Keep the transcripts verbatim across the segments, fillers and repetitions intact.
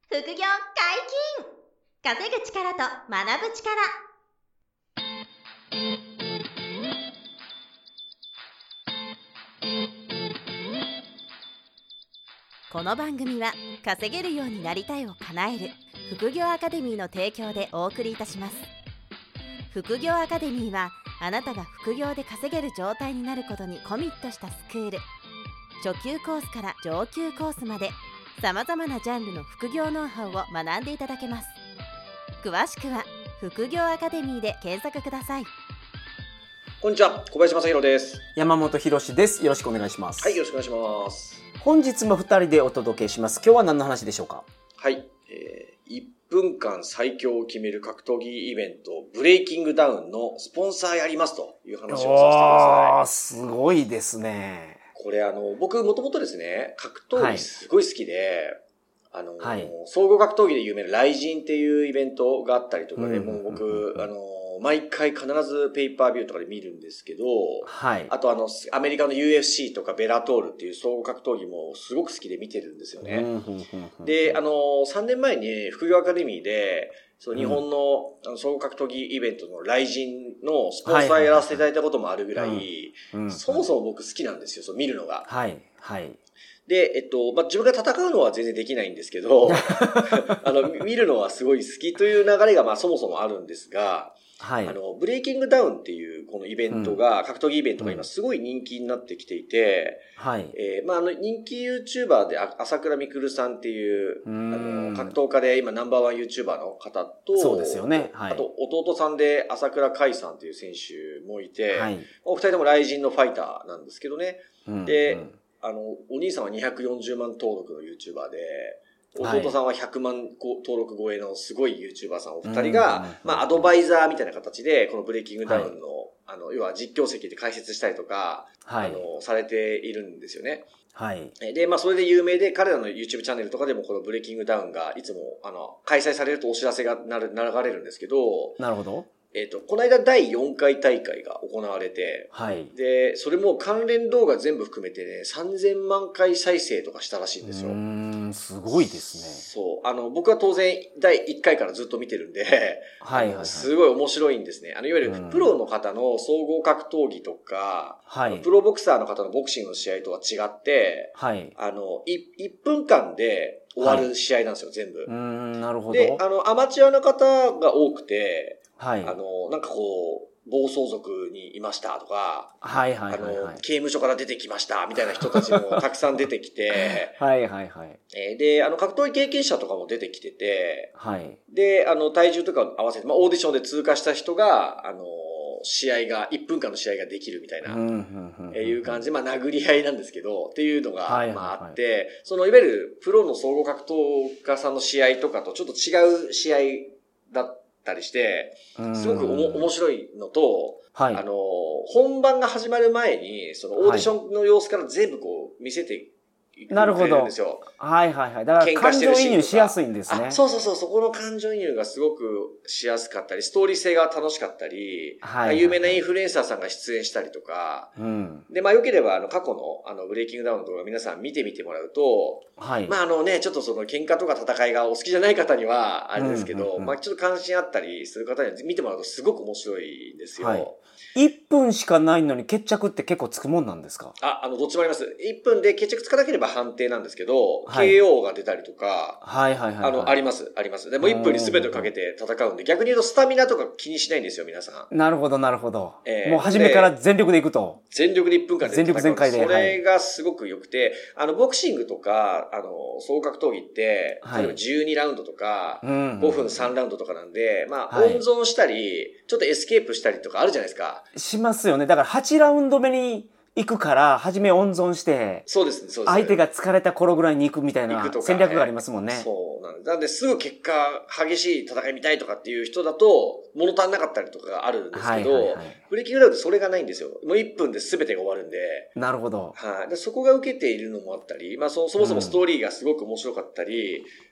副業解禁、稼ぐ力と学ぶ力。この番組は稼げるようになりたいを叶える副業アカデミーの提供でお送りいたします。副業アカデミーはあなたが副業で稼げる状態になることにコミットしたスクール。初級コースから上級コースまでさまざまなジャンルの副業ノウハウを学んでいただけます。詳しくは副業アカデミーで検索ください。 こんにちは、小林正弘です。 山本博です。よろしくお願いします。 はい、よろしくお願いします。 本日もふたりでお届けします。今日は何の話でしょうか？ はい、えー、いっぷんかん最強を決める格闘技イベントブレイキングダウンのスポンサーやりますという話をさせてください。 あー、すごいですね。 これあの僕もともとですね、格闘技すごい好きで、はい、あの、はい、総合格闘技で有名なライジンっていうイベントがあったりとかで、うん、もう僕あの毎回必ずペーパービューとかで見るんですけど、はい、あとあのアメリカの ユーエフシー とかベラトールっていう総合格闘技もすごく好きで見てるんですよね。で、あのさんねんまえに副業アカデミーでその日本 の,、うん、あの総合格闘技イベントのライジンのスポンサーやらせていただいたこともあるぐらい、そもそも僕好きなんですよ、そう見るのが。はいはい。で、えっと、まあ、自分が戦うのは全然できないんですけど、あの、見るのはすごい好きという流れが、まあ、そもそもあるんですが、はい。あの、ブレイキングダウンっていうこのイベントが、うん、格闘技イベントが今すごい人気になってきていて、はい。えー、まあ、あの、人気 YouTuber で朝倉未来さんっていう、あの、格闘家で今ナンバーワン YouTuber の方と、 そうですよね。はい。 あと、弟さんで朝倉海さんっていう選手もいて、はい。お二人とも雷神のファイターなんですけどね。うん、で、うんあの、お兄さんはにひゃくよんじゅうまん登録の YouTuber で、弟さんはひゃくまん登録超えのすごい YouTuber さんお二人が、まあアドバイザーみたいな形で、このブレイキングダウンの、はい、あの、要は実況席で解説したりとか、はい、あの、されているんですよね。はい。で、まあそれで有名で、彼らの YouTube チャンネルとかでもこのブレイキングダウンがいつも、あの、開催されるとお知らせがなる、流れるんですけど、 なるほど。 えっと、この間だいよんかい大会が行われて、はい。で、それも関連動画全部含めてね、さんぜんまんかい再生とかしたらしいんですよ。 うーん、すごいですね。 そう。あの、僕は当然だいいっかいからずっと見てるんで、はいはい、はい。すごい面白いんですね。あの、いわゆるプロの方の総合格闘技とか、はい。プロボクサーの方のボクシングの試合とは違って、はい。あの、いいっぷんかんで終わる試合なんですよ、はい、全部。うーん、なるほど。 で、あの、アマチュアの方が多くて、はい。あの、なんかこう、暴走族にいましたとか、はいはいはい、はい。あの、刑務所から出てきましたみたいな人たちもたくさん出てきて、はいはいはい。えー、で、あの、格闘技経験者とかも出てきてて、はい。で、あの、体重とか合わせて、まあ、オーディションで通過した人が、あの、試合が、いっぷんかんの試合ができるみたいな、えいう感じで、まあ、殴り合いなんですけど、っていうのが、はいはいはい、まあ、あって、その、いわゆる、プロの総合格闘家さんの試合とかとちょっと違う試合だった、たりして、すごくおも面白いのと、はい、あの、本番が始まる前に、そのオーディションの様子から全部こう見せていくなるほど。はいはいはい。だから感情移入しやすいんですね。 そうそうそう。そこの感情移入がすごくしやすかったり、ストーリー性が楽しかったり、はいはいはい、有名なインフルエンサーさんが出演したりとか、うん、で、まあ良ければあの過去のあのブレイキングダウンの動画皆さん見てみてもらうと、はい、まああのね、ちょっとその喧嘩とか戦いがお好きじゃない方にはあれですけど、うんうんうん、まあちょっと関心あったりする方には見てもらうとすごく面白いんですよ。はいいっぷんしかないのに決着って結構つくもんなんですか？ あ、あの、どっちもあります。いっぷんで決着つかなければ判定なんですけど、はい、ケーオー が出たりとか、はいはいはい、はい。あの、あります、あります。でもいっぷんに全てをかけて戦うんで、逆に言うとスタミナとか気にしないんですよ、皆さん。 なるほど、なるほど。えー、もう初めから全力でいくと。 全力でいっぷんかんで戦う。 全力全開で。 それがすごく良くて、あの、ボクシングとか、あの、総合格闘技って、例えばじゅうにラウンドとか、はい、ごふんさんラウンドとかなんで、まあ、温存したり、ちょっとエスケープしたりとかあるじゃないですか。 しますよね。だからはちラウンド目に行くから、初め温存して、 そうですね、そうですね。 相手が疲れた頃ぐらいに行くみたいな戦略がありますもんね。 そうなんです。なんですぐ結果、激しい戦い見たいとかっていう人だと、物足んなかったりとかがあるんですけど、はいはいはい、ブレイキングダウンってそれがないんですよ。もういっぷんで全てが終わるんで。 なるほど。 はい。でそこが受けているのもあったり、まあそ、そもそもストーリーがすごく面白かったり、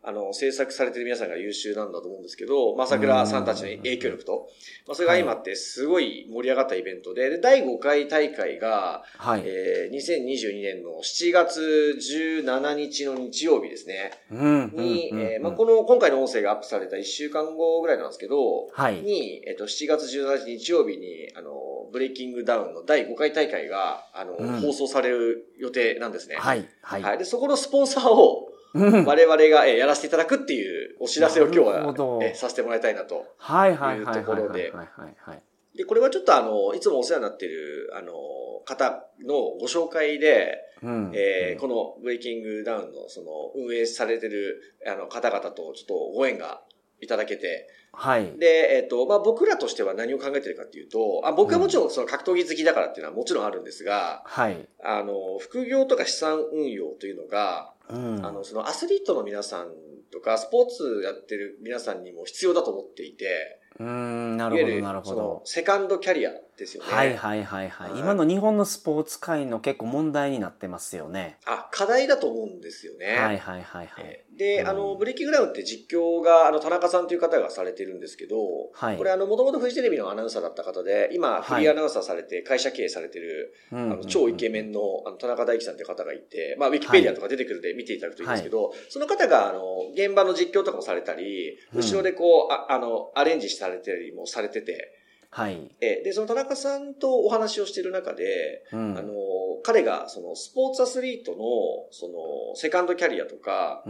あの、制作されてる皆さんが優秀なんだと思うんですけど、まあ、朝倉さんたちの影響力と、まあ、それが相まってすごい盛り上がったイベントで、で、だいごかい大会が、はい、えー、にせんにじゅうにねんのしちがつじゅうしちにちの日曜日ですね。うん、に、うん、えー、まあ、この、今回の音声がアップされたいっしゅうかんごぐらいなんですけど、はい。に、えっと、しちがつじゅうしちにち日曜日に、あの、ブレイキングダウンのだいごかい大会が、あの、うん、放送される予定なんですね。はい。はい。はい。で、そこのスポンサーを、我々がやらせていただくっていうお知らせを今日はさせてもらいたいなというところで。で、これはちょっとあの、いつもお世話になっている、あの、方のご紹介で、うんえー、このブレイキングダウンのその運営されてるあの方々とちょっとご縁がいただけて、はい。で、えっと、まあ、僕らとしては何を考えてるかっていうと、あ僕はもちろんその格闘技好きだからっていうのはもちろんあるんですが、はい。あの、副業とか資産運用というのが、うん、あの、そのアスリートの皆さんとか、スポーツやってる皆さんにも必要だと思っていて、うーん、なるほど、なるほど。その、セカンドキャリアですよね。 はいはいはいはい。はい、今の日本のスポーツ界の結構問題になってますよね。 あ、課題だと思うんですよね。 はいはいはいはい。 で、うん、あの、ブレイキングダウンって実況が、あの、田中さんという方がされてるんですけど、はい。これあの、もともとフジテレビのアナウンサーだった方で、今、フリーアナウンサーされて、会社経営されてる、はい、あの、超イケメンの、あの、田中大樹さんという方がいて、まあ、ウィキペディアとか出てくるんで見ていただくといいんですけど、はい、その方が、あの、現場の実況とかもされたり、後ろでこう、あ, あの、アレンジされたりもされてて、はい。え、で、その田中さんとお話をしている中で、うん、あの、彼が、その、スポーツアスリートの、その、セカンドキャリアとか、うん、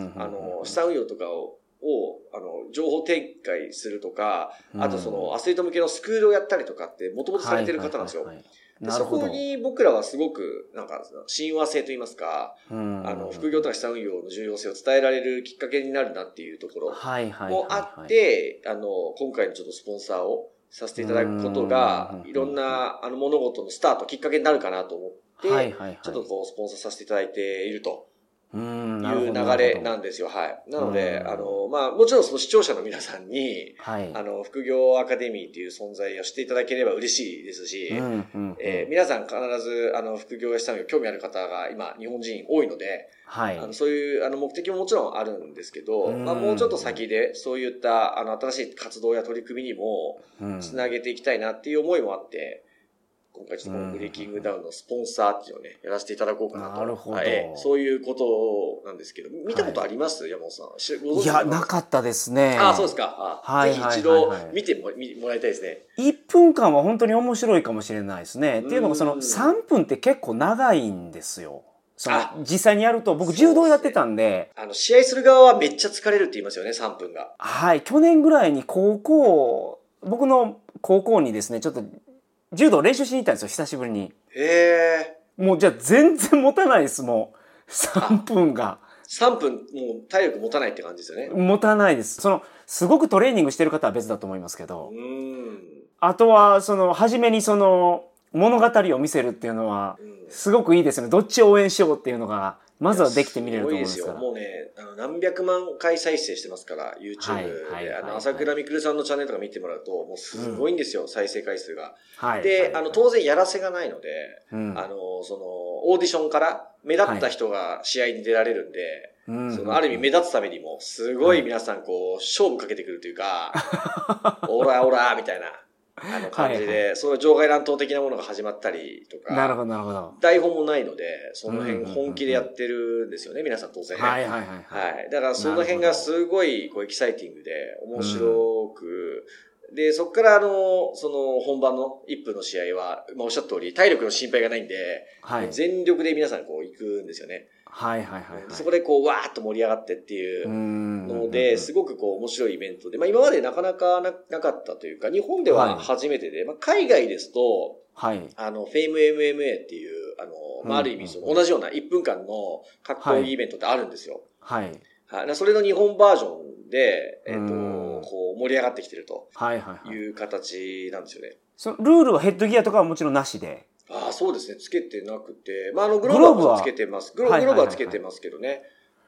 あの、資産運用とかを、を、あの、情報展開するとか、あとその、アスリート向けのスクールをやったりとかって、もともとされてる方なんですよ。でそこに僕らはすごく、なんか、親和性といいますか、あの、副業とか資産運用の重要性を伝えられるきっかけになるなっていうところもあって、あの、今回のちょっとスポンサーをさせていただくことが、いろんな、あの、物事のスタート、きっかけになるかなと思って、ちょっとこう、スポンサーさせていただいていると。うんいう流れなんですよ。はい。なので、あの、まあ、もちろんその視聴者の皆さんに、はい、あの、副業アカデミーという存在をしていただければ嬉しいですし、うんうんうんえー、皆さん必ず、あの、副業や資産運用興味ある方が今、日本人多いので、はい、あのそういうあの目的ももちろんあるんですけど、まあ、もうちょっと先で、そういったあの新しい活動や取り組みにも、つなげていきたいなっていう思いもあって、今回ちょっとこのブレイキングダウンのスポンサーっていうのをね、やらせていただこうかなと。なるほど。はい、そういうことなんですけど、見たことあります、はい、山本さん。 いや、なかったですね。 ああ、そうですか。はい、ぜひ一度見ても、もらいたいですね。 いっぷんかんは本当に面白いかもしれないですね。っていうのが、そのさんぷんって結構長いんですよ。その実際にやると、僕柔道やってたんで、であの、試合する側はめっちゃ疲れるって言いますよね、さんぷんが。 はい。去年ぐらいに高校、僕の高校にですね、ちょっと、柔道練習しに行ったんですよ、久しぶりに。へー。もうじゃあ全然持たないです、もう。さんぷんが。 さんぷん、もう体力持たないって感じですよね。 持たないです。その、すごくトレーニングしてる方は別だと思いますけど。うん。あとは、その、初めにその、物語を見せるっていうのは、すごくいいですよね。どっちを応援しようっていうのが、まずはできてみれると思うんですから。 すごいですよ。もうね、あの何百万回再生してますから、YouTube で。あの、朝倉未来さんのチャンネルとか見てもらうと、もうすごいんですよ、うん、再生回数が。はい。で、あの、当然やらせがないので、うん、あの、その、オーディションから目立った人が試合に出られるんで、はい、その、ある意味目立つためにも、すごい皆さんこう、勝負かけてくるというか、オラオラみたいな。あの感じで、はいはい、そういう場外乱闘的なものが始まったりとか。 なるほど、なるほど。 台本もないので、その辺本気でやってるんですよね、皆さん当然。はいはいはい、はい。はい。だからその辺がすごい、こう、エキサイティングで、面白く、うん、で、そこからあの、その本番のいっぷんの試合は、まあおっしゃった通り、体力の心配がないんで、はい、全力で皆さんこう行くんですよね。はいはいはい、はい。そこでこう、わーっと盛り上がってっていうので、すごくこう、面白いイベントで、まあ今までなかなか な, なかったというか、日本では初めてで、はい、まあ海外ですと、はい。あの、フェイム エムエムエー っていう、あの、まあある意味その、同じようないっぷんかんの格闘技イベントってあるんですよ。はい。はい。それの日本バージョンで、えっと、こう、盛り上がってきてるという形なんですよね。 そのルールはヘッドギアとかはもちろんなしで。 ああ、そうですね。つけてなくて。まあ、あの、グローブはつけてます。グローブはつけてますけどね。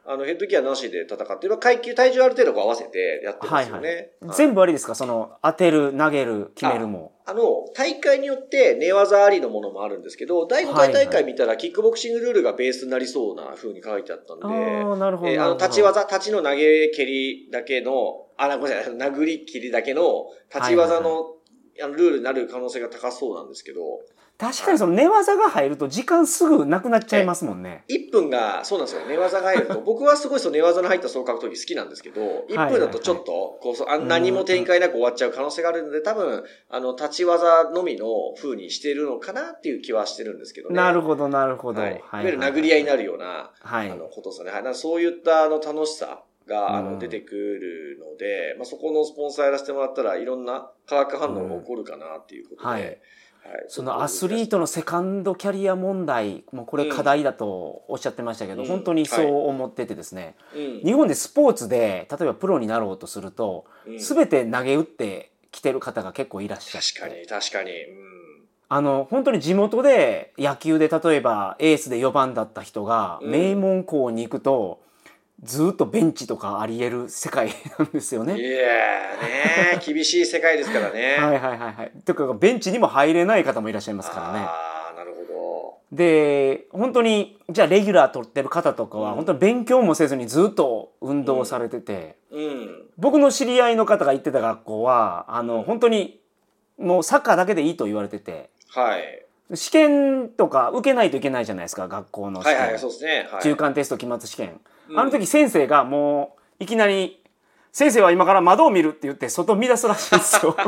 あのヘッドギアなしで戦って、階級、体重ある程度こう合わせてやってますよね。はいはい、全部ありですか？その、当てる、投げる、決めるも。 あの、大会によって寝技ありのものもあるんですけど、だいごかい大会見たらキックボクシングルールがベースになりそうな風に書いてあったんで、 ああ、なるほど。 えー、あの、立ち技、立ちの投げ蹴りだけの、あ、ごめんなさい、殴り蹴りだけの立ち技の、はいはいはい、あのルールになる可能性が高そうなんですけど、 確かにその寝技が入ると時間すぐなくなっちゃいますもんね。 いっぷんが、そうなんですよ。寝技が入ると。僕はすごいその寝技の入った総格闘技好きなんですけど、いっぷんだとちょっと、こう、あ何も展開なく終わっちゃう可能性があるので、多分、あの、立ち技のみの風にしてるのかなっていう気はしてるんですけどね。 なるほど、なるほど。 はい。いわゆる殴り合いになるような、はい、あの、ことですよね。はい。そういったあの楽しさが、あの、出てくるので、まあ、そこのスポンサーやらせてもらったらいろんな化学反応が起こるかなっていうことで、うん、はい。 はい、そのアスリートのセカンドキャリア問題、もうこれ課題だとおっしゃってましたけど、うん、本当にそう思っててですね、はい、日本でスポーツで例えばプロになろうとすると、うん、全て投げ打ってきてる方が結構いらっしゃって、 確かに確かに、うん、 あの本当に地元で野球で例えばエースでよばんだった人が名門校に行くと、ずっとベンチとかあり得る世界なんですよね。 いやーね厳しい世界ですからね。 はいはいはいはい。とかベンチにも入れない方もいらっしゃいますからね。 ああ、なるほど。で、本当にじゃあレギュラー取ってる方とかは、うん、本当に勉強もせずにずっと運動をされてて、うんうん、僕の知り合いの方が行ってた学校はあの本当にもうサッカーだけでいいと言われてて。 はい。 試験とか受けないといけないじゃないですか、学校の試験。 はいはい、そうですね。はい、 中間テスト期末試験。あの時先生がもういきなり「先生は今から窓を見る」って言って外を見出すらしいんですよ。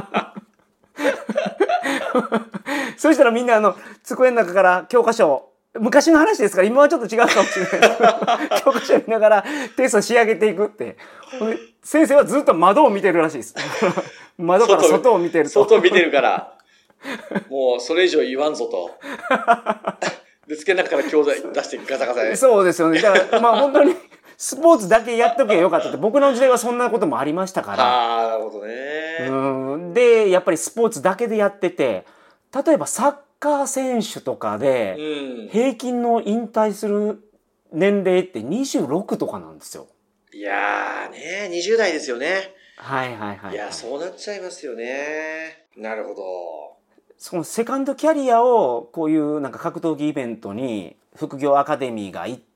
そしたらみんなあの机の中から教科書、昔の話ですから今はちょっと違うかもしれないですけど教科書見ながらテスト仕上げていくって。先生はずっと窓を見てるらしいです。窓から外を見てると。 外を見てるからもうそれ以上言わんぞと。で、つけながら教材出してガサガサで。 そうですよね。だから、まあ本当に、スポーツだけやっとけばよかったって、僕の時代はそんなこともありましたから。 ああ、なるほどね。 うん。で、やっぱりスポーツだけでやってて、例えばサッカー選手とかで、平均の引退する年齢ってにじゅうろくとかなんですよ。 いやーね、にじゅう代ですよね。 はいはいはい、はい。 いや、そうなっちゃいますよね。なるほど。 そのセカンドキャリアをこういうなんか格闘技イベントに副業アカデミーが行って、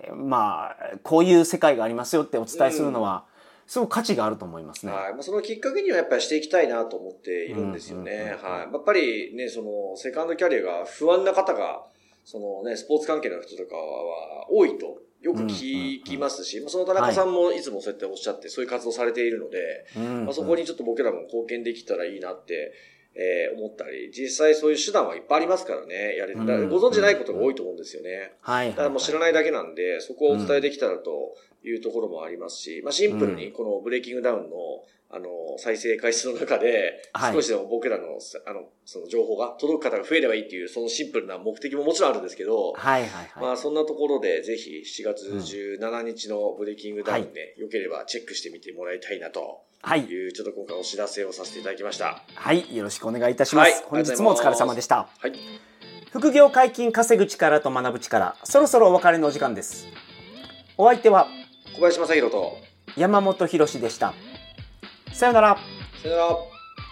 まあこういう世界がありますよってお伝えするのはすごく価値があると思いますね。 はい。まあ、そのきっかけにはやっぱりしていきたいなと思っているんですよね。はい。やっぱりね、そのセカンドキャリアが不安な方が、そのね、スポーツ関係の人とかは多いとよく聞きますし、その田中さんもいつもそうやっておっしゃって、そういう活動されているので、まあ、そこにちょっと僕らも貢献できたらいいなってえー、思ったり、実際そういう手段はいっぱいありますからね、やれる、うん、ご存知ないことが多いと思うんですよね。はい。だからもう知らないだけなんで、そこをお伝えできたらというところもありますし、まあシンプルにこのブレイキングダウンの、あの、再生回数の中で、少しでも僕らの、あの、その情報が届く方が増えればいいっていう、そのシンプルな目的ももちろんあるんですけど、はいはいはい。まあそんなところで、ぜひしちがつじゅうしちにちのブレイキングダウンで、良ければチェックしてみてもらいたいなと。はい。いう、ちょっと今回お知らせをさせていただきました。 はい。よろしくお願いいたします。はい、本日もお疲れ様でした。はい。副業解禁稼ぐ力と学ぶ力、そろそろお別れのお時間です。お相手は、 小林正弘と山本博史でした。さよなら。 さよなら。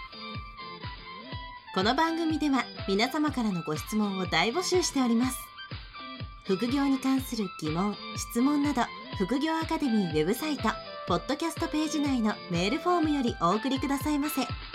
この番組では皆様からのご質問を大募集しております。副業に関する疑問、質問など、副業アカデミーウェブサイト、ポッドキャストページ内のメールフォームよりお送りくださいませ。